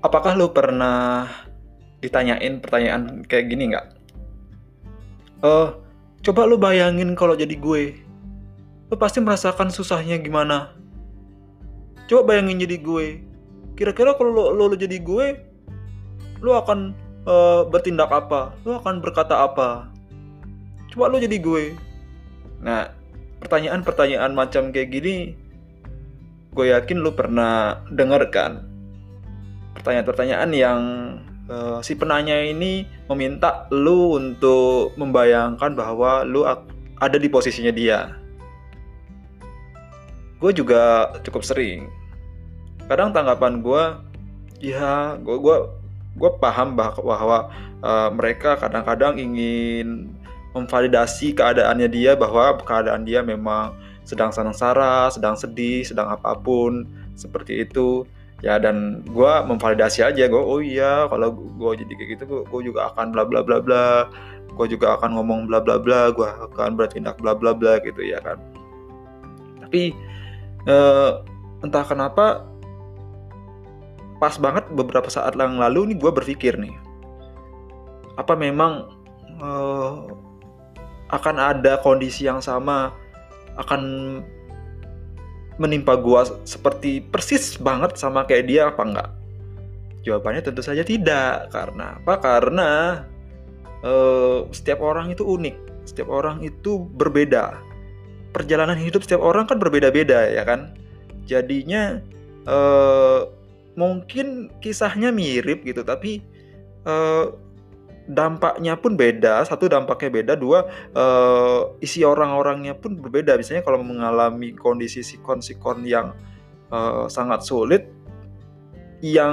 Apakah lu pernah ditanyain pertanyaan kayak gini nggak? Eh, Coba lu bayangin kalau jadi gue. Lu pasti merasakan susahnya gimana. Coba bayangin jadi gue. Kira-kira kalau lu jadi gue, lu akan bertindak apa? Lu akan berkata apa? Coba lu jadi gue. Nah, pertanyaan-pertanyaan macam kayak gini, gue yakin lu pernah denger kan? Pertanyaan-pertanyaan yang si penanya ini meminta lu untuk membayangkan bahwa lu ada di posisinya dia. Gue juga cukup sering. Kadang tanggapan gue, ya gue paham bahwa mereka kadang-kadang ingin memvalidasi keadaannya dia, bahwa keadaan dia memang sedang sengsara, sedang sedih, sedang apapun seperti itu. Ya, dan gue memvalidasi aja, gue oh iya kalau gue jadi kayak gitu gue juga akan bla bla bla bla, gue juga akan ngomong bla bla bla, gue akan bertindak bla bla bla gitu ya kan. Tapi entah kenapa pas banget beberapa saat yang lalu nih gue berpikir nih, apa memang akan ada kondisi yang sama akan menimpa gue seperti persis banget sama kayak dia apa enggak? Jawabannya tentu saja tidak. Karena apa? Karena setiap orang itu unik, setiap orang itu berbeda. Perjalanan hidup setiap orang kan berbeda-beda ya kan. Jadinya mungkin kisahnya mirip gitu, tapi dampaknya pun beda. Satu, dampaknya beda. Dua, isi orang-orangnya pun berbeda. Misalnya kalau mengalami kondisi sikon-sikon yang sangat sulit, yang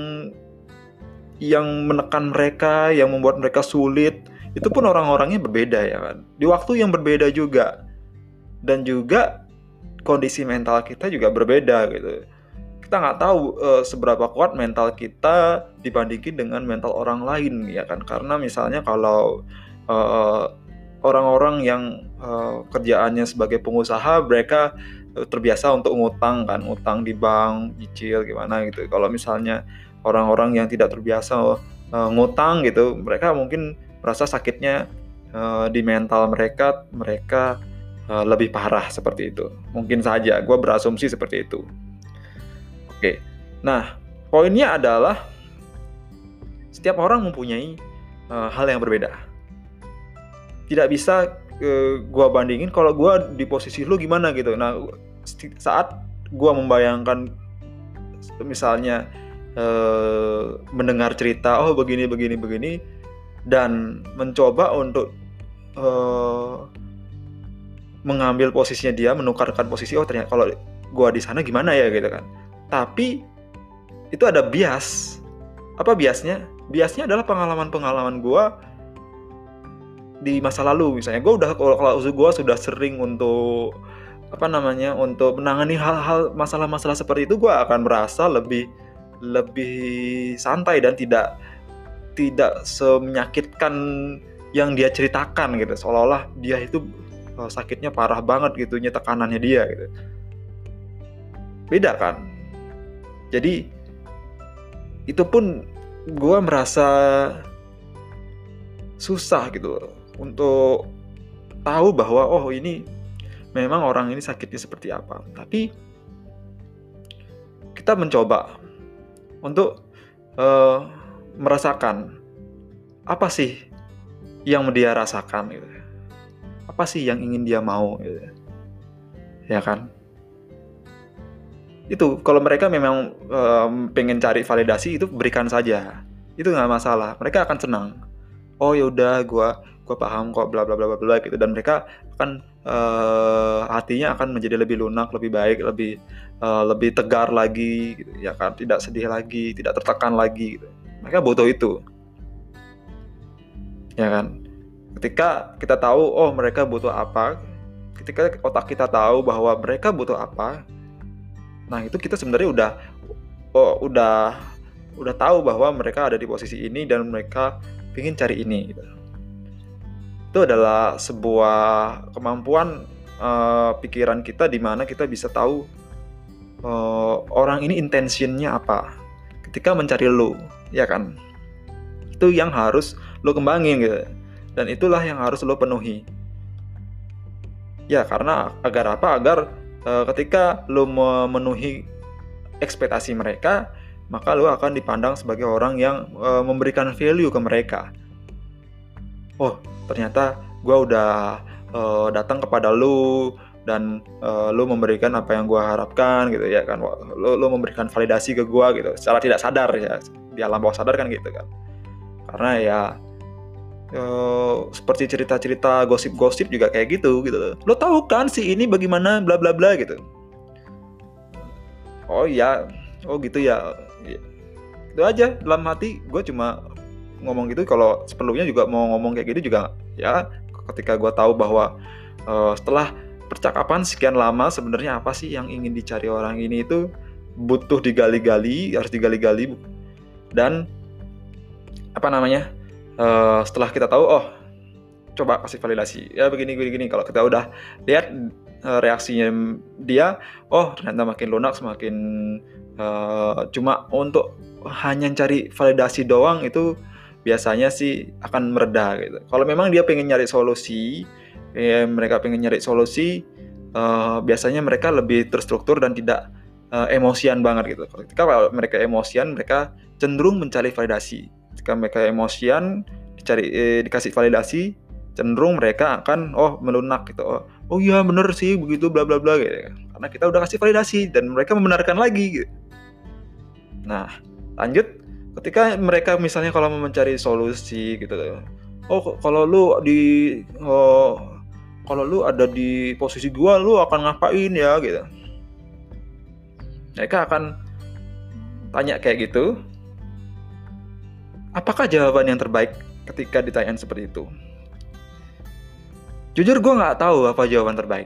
menekan mereka, yang membuat mereka sulit, itu pun orang-orangnya berbeda ya kan. Di waktu yang berbeda juga. Dan juga kondisi mental kita juga berbeda gitu. Kita nggak tahu seberapa kuat mental kita dibandingin dengan mental orang lain ya kan. Karena misalnya kalau orang-orang yang kerjaannya sebagai pengusaha, mereka terbiasa untuk ngutang kan, ngutang di bank, cicil gimana gitu. Kalau misalnya orang-orang yang tidak terbiasa ngutang gitu, mereka mungkin merasa sakitnya di mental mereka lebih parah seperti itu. Mungkin saja, gue berasumsi seperti itu. Oke, nah poinnya adalah setiap orang mempunyai hal yang berbeda. Tidak bisa gue bandingin kalau gue di posisi lu gimana gitu. Nah, saat gue membayangkan misalnya mendengar cerita oh begini dan mencoba untuk mengambil posisinya dia, menukarkan posisi, oh ternyata kalau gue di sana gimana ya gitu kan. Tapi itu ada bias. Apa biasnya? Biasnya adalah pengalaman-pengalaman gue di masa lalu. Misalnya kalau gue sudah sering untuk untuk menangani hal-hal masalah-masalah seperti itu, gue akan merasa lebih santai dan tidak semenyakitkan yang dia ceritakan gitu, seolah-olah dia itu sakitnya parah banget gitu, tekanannya dia gitu. Beda kan? Jadi itu pun gue merasa susah gitu untuk tahu bahwa oh ini memang orang ini sakitnya seperti apa. Tapi kita mencoba untuk merasakan apa sih yang dia rasakan gitu. Apa sih yang ingin dia mau gitu. Ya kan? Itu kalau mereka memang pengen cari validasi, itu berikan saja. Itu nggak masalah. Mereka akan senang. Oh ya udah, gue paham kok bla bla bla bla gitu, dan mereka akan hatinya akan menjadi lebih lunak, lebih baik, lebih tegar lagi gitu, ya kan, tidak sedih lagi, tidak tertekan lagi gitu. Mereka butuh itu. Ya kan? Ketika kita tahu oh mereka butuh apa, ketika otak kita tahu bahwa mereka butuh apa, nah itu kita sebenarnya udah tahu bahwa mereka ada di posisi ini dan mereka ingin cari ini gitu. Itu adalah sebuah kemampuan pikiran kita di mana kita bisa tahu orang ini intentionnya apa. ketika mencari lo, ya kan? Itu yang harus lo kembangin gitu. Dan itulah yang harus lo penuhi. Ya, karena agar apa? Agar ketika lo memenuhi ekspektasi mereka, maka lo akan dipandang sebagai orang yang memberikan value ke mereka. Oh, ternyata gue udah datang kepada lo dan lo memberikan apa yang gue harapkan gitu ya kan. Lo memberikan validasi ke gue gitu secara tidak sadar ya, di alam bawah sadar kan gitu kan. Karena ya seperti cerita-cerita gosip-gosip juga kayak gitu lo tahu kan si ini bagaimana bla bla bla gitu. Oh iya, oh gitu ya. Itu aja, dalam hati gue cuma ngomong gitu. Kalau seperlunya juga mau ngomong kayak gitu juga ya, ketika gue tahu bahwa setelah percakapan sekian lama sebenarnya apa sih yang ingin dicari orang ini, itu butuh digali-gali, harus digali-gali. Dan apa namanya, setelah kita tahu, oh coba kasih validasi ya begini. Kalau kita udah lihat reaksinya dia, oh ternyata makin lunak, semakin cuma untuk hanya cari validasi doang, itu biasanya sih akan mereda gitu. Kalau memang dia pengen nyari solusi, mereka pengen nyari solusi, biasanya mereka lebih terstruktur dan tidak emosian banget gitu. Kalau mereka emosian, mereka cenderung mencari validasi. Jika mereka emosian, dikasih validasi, cenderung mereka akan melunak gitu. Oh iya bener sih begitu bla bla bla gitu. Karena kita udah kasih validasi dan mereka membenarkan lagi gitu. Nah, lanjut ketika mereka misalnya kalau mau mencari solusi gitu. Oh kalau lu ada di posisi gua, lu akan ngapain ya gitu. Mereka akan tanya kayak gitu. Apakah jawaban yang terbaik ketika ditanyain seperti itu? Jujur gue nggak tahu apa jawaban terbaik.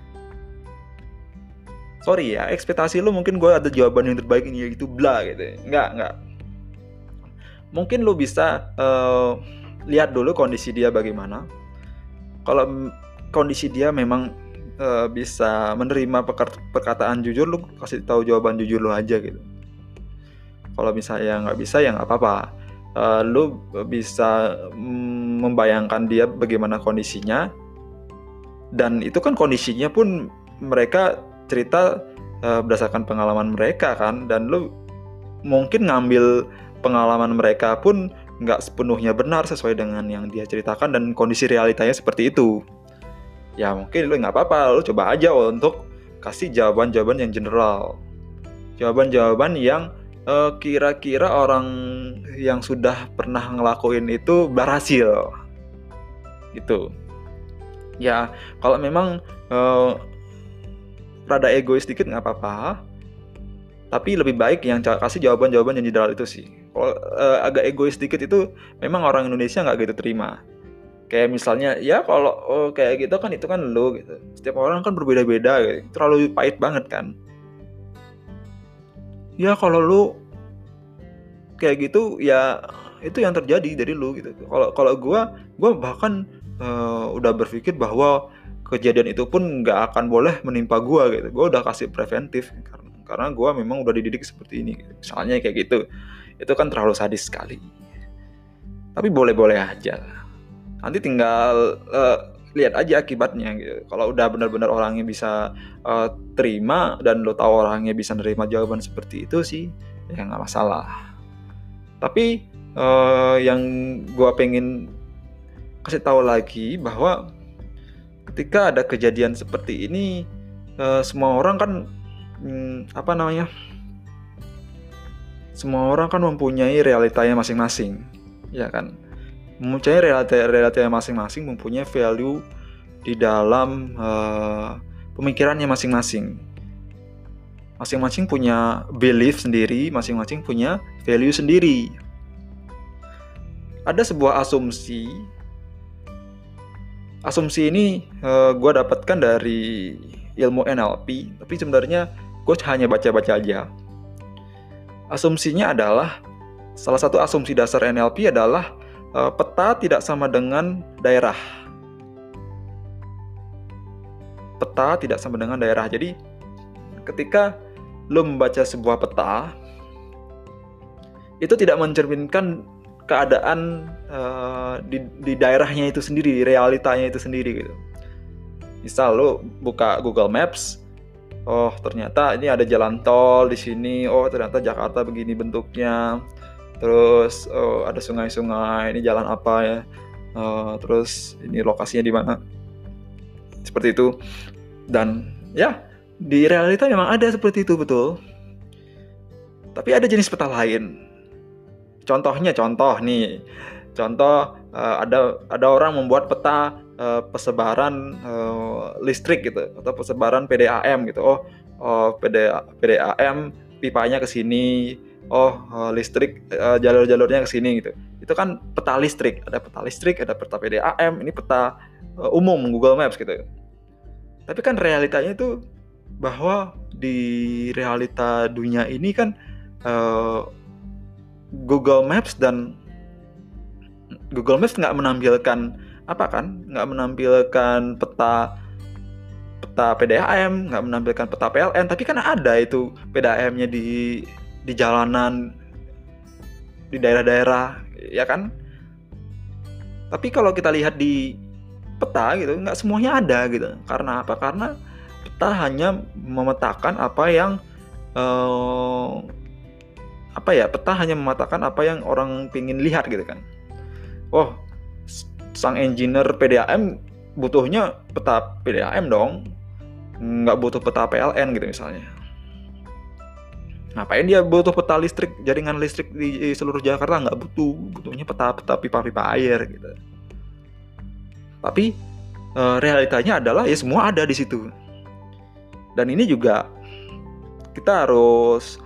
Sorry ya, ekspektasi lo mungkin gue ada jawaban yang terbaik ini gitu bla gitu. Nggak. Mungkin lo bisa lihat dulu kondisi dia bagaimana. Kalau kondisi dia memang bisa menerima perkataan jujur, lo kasih tahu jawaban jujur lo aja gitu. Kalau misalnya nggak bisa ya nggak apa-apa. Lo bisa membayangkan dia bagaimana kondisinya, dan itu kan kondisinya pun mereka cerita berdasarkan pengalaman mereka kan, dan lo mungkin ngambil pengalaman mereka pun nggak sepenuhnya benar sesuai dengan yang dia ceritakan, dan kondisi realitanya seperti itu. Ya mungkin lo nggak apa-apa, lo coba aja untuk kasih jawaban-jawaban yang general, jawaban-jawaban yang kira-kira orang yang sudah pernah ngelakuin itu berhasil gitu. Ya kalau memang rada egois dikit nggak apa-apa, tapi lebih baik yang kasih jawaban-jawaban yang general itu sih. Kalau agak egois dikit itu memang orang Indonesia nggak gitu terima. Kayak misalnya ya kalau kayak gitu kan, itu kan lo gitu. Setiap orang kan berbeda-beda gitu. Terlalu pahit banget kan. Ya kalau lu kayak gitu ya itu yang terjadi dari lu gitu. Kalau gue bahkan udah berpikir bahwa kejadian itu pun nggak akan boleh menimpa gue gitu. Gue udah kasih preventif karena gue memang udah dididik seperti ini gitu. Misalnya kayak gitu, itu kan terlalu sadis sekali. Tapi boleh-boleh aja. Nanti tinggal lihat aja akibatnya gitu. Kalau udah benar-benar orangnya bisa terima dan lo tahu orangnya bisa nerima jawaban seperti itu sih, ya nggak masalah. Tapi yang gue pengen kasih tahu lagi bahwa ketika ada kejadian seperti ini, semua orang kan semua orang kan mempunyai realitanya masing-masing, ya kan? Mempunyai realitanya masing-masing, mempunyai value di dalam pemikirannya masing-masing. Masing-masing punya belief sendiri, masing-masing punya value sendiri. Ada sebuah asumsi. Asumsi ini gue dapatkan dari ilmu NLP, tapi sebenarnya gue hanya baca-baca aja. Asumsinya adalah, salah satu asumsi dasar NLP adalah peta tidak sama dengan daerah. Peta tidak sama dengan daerah. Jadi ketika lo membaca sebuah peta, itu tidak mencerminkan keadaan di daerahnya itu sendiri, di realitanya itu sendiri gitu. Misal lo buka Google Maps, oh ternyata ini ada jalan tol di sini, oh ternyata Jakarta begini bentuknya, terus ada sungai-sungai, ini jalan apa ya, terus ini lokasinya di mana, seperti itu. Dan ya di realita memang ada seperti itu, betul. Tapi ada jenis peta lain. Contoh ada orang membuat peta persebaran listrik gitu, atau persebaran PDAM gitu. PDAM pipanya ke sini, listrik jalur-jalurnya ke sini gitu. Itu kan peta listrik, ada peta PDAM, ini peta umum Google Maps gitu. Tapi kan realitanya itu bahwa di realita dunia ini kan Google Maps nggak menampilkan nggak menampilkan peta PDAM, nggak menampilkan peta PLN, tapi kan ada itu PDAM-nya di jalanan, di daerah-daerah, ya kan? Tapi kalau kita lihat di peta gitu, nggak semuanya ada gitu. Karena apa? Karena peta hanya memetakan apa yang peta hanya memetakan apa yang orang pingin lihat gitu kan. Sang engineer PDAM butuhnya peta PDAM dong, nggak butuh peta PLN gitu misalnya. Ngapain dia butuh peta listrik, jaringan listrik di seluruh Jakarta? Nggak butuhnya peta pipa-pipa air gitu. Tapi realitanya adalah ya semua ada di situ. Dan ini juga kita harus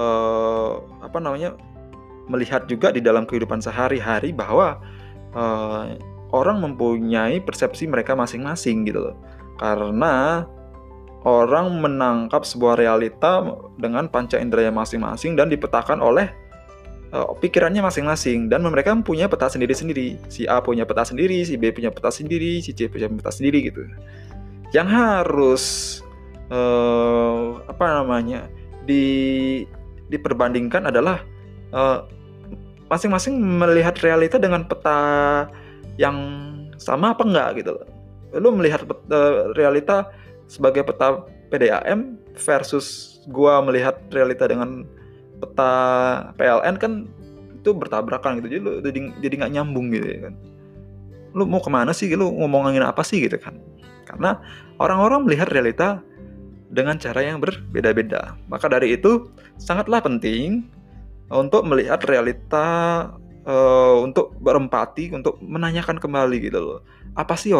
melihat juga di dalam kehidupan sehari-hari bahwa orang mempunyai persepsi mereka masing-masing gitu loh. Karena orang menangkap sebuah realita dengan panca indera masing-masing dan dipetakan oleh pikirannya masing-masing, dan mereka punya peta sendiri-sendiri. Si A punya peta sendiri, si B punya peta sendiri, si C punya peta sendiri gitu. Yang harus diperbandingkan adalah masing-masing melihat realita dengan peta yang sama apa enggak gitu. Lu melihat realita sebagai peta PDAM versus gua melihat realita dengan peta PLN kan itu bertabrakan gitu. Jadi nggak nyambung gitu ya kan. Lu mau kemana sih? Lu ngomongin apa sih gitu kan? Karena orang-orang melihat realita dengan cara yang berbeda-beda. Maka dari itu sangatlah penting untuk melihat realita, untuk berempati, untuk menanyakan kembali gitu loh. Apa sih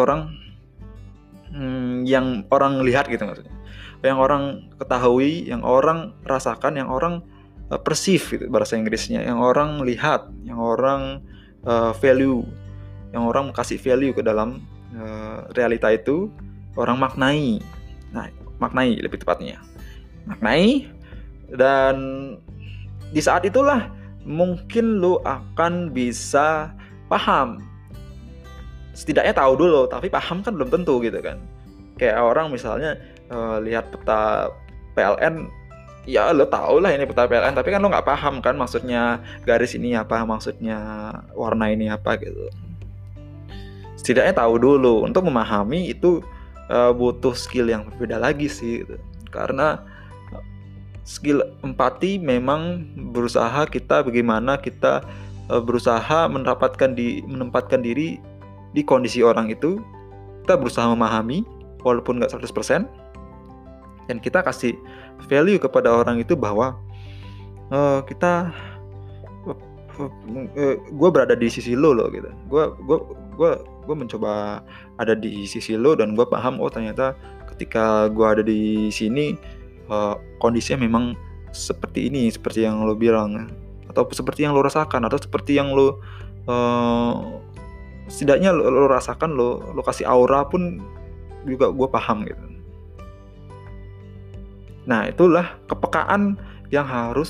yang orang lihat gitu maksudnya. Yang orang ketahui, yang orang rasakan, yang orang perceive gitu bahasa Inggrisnya. Yang orang lihat, yang orang value, yang orang kasih value ke dalam realita itu, orang maknai. Nah, maknai lebih tepatnya. Maknai, dan di saat itulah mungkin lu akan bisa paham. Setidaknya tahu dulu, tapi paham kan belum tentu gitu kan. Kayak orang misalnya lihat peta PLN, ya lo tau lah ini peta PLN, tapi kan lo nggak paham kan maksudnya garis ini apa, maksudnya warna ini apa gitu. Setidaknya tahu dulu. Untuk memahami itu butuh skill yang berbeda lagi sih gitu. Karena skill empati memang berusaha kita bagaimana kita berusaha menempatkan diri di kondisi orang itu. Kita berusaha memahami walaupun nggak 100%, dan kita kasih value kepada orang itu bahwa gue berada di sisi lo gitu. Gue mencoba ada di sisi lo, dan gue paham ternyata ketika gue ada di sini kondisinya memang seperti ini, seperti yang lo bilang, atau seperti yang lo rasakan, atau seperti yang lo setidaknya lo rasakan, lo kasih aura pun juga gue paham gitu. Nah, itulah kepekaan yang harus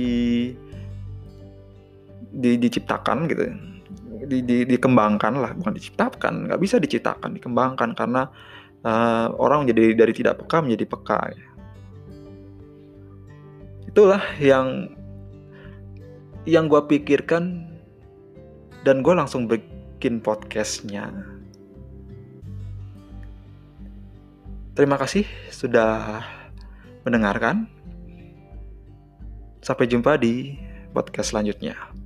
diciptakan gitu, dikembangkan lah, bukan diciptakan, nggak bisa diciptakan, dikembangkan, karena orang jadi dari tidak peka menjadi peka ya. Itulah yang yang gue pikirkan, dan gue langsung bikin podcastnya. Terima kasih sudah mendengarkan. Sampai jumpa di podcast selanjutnya.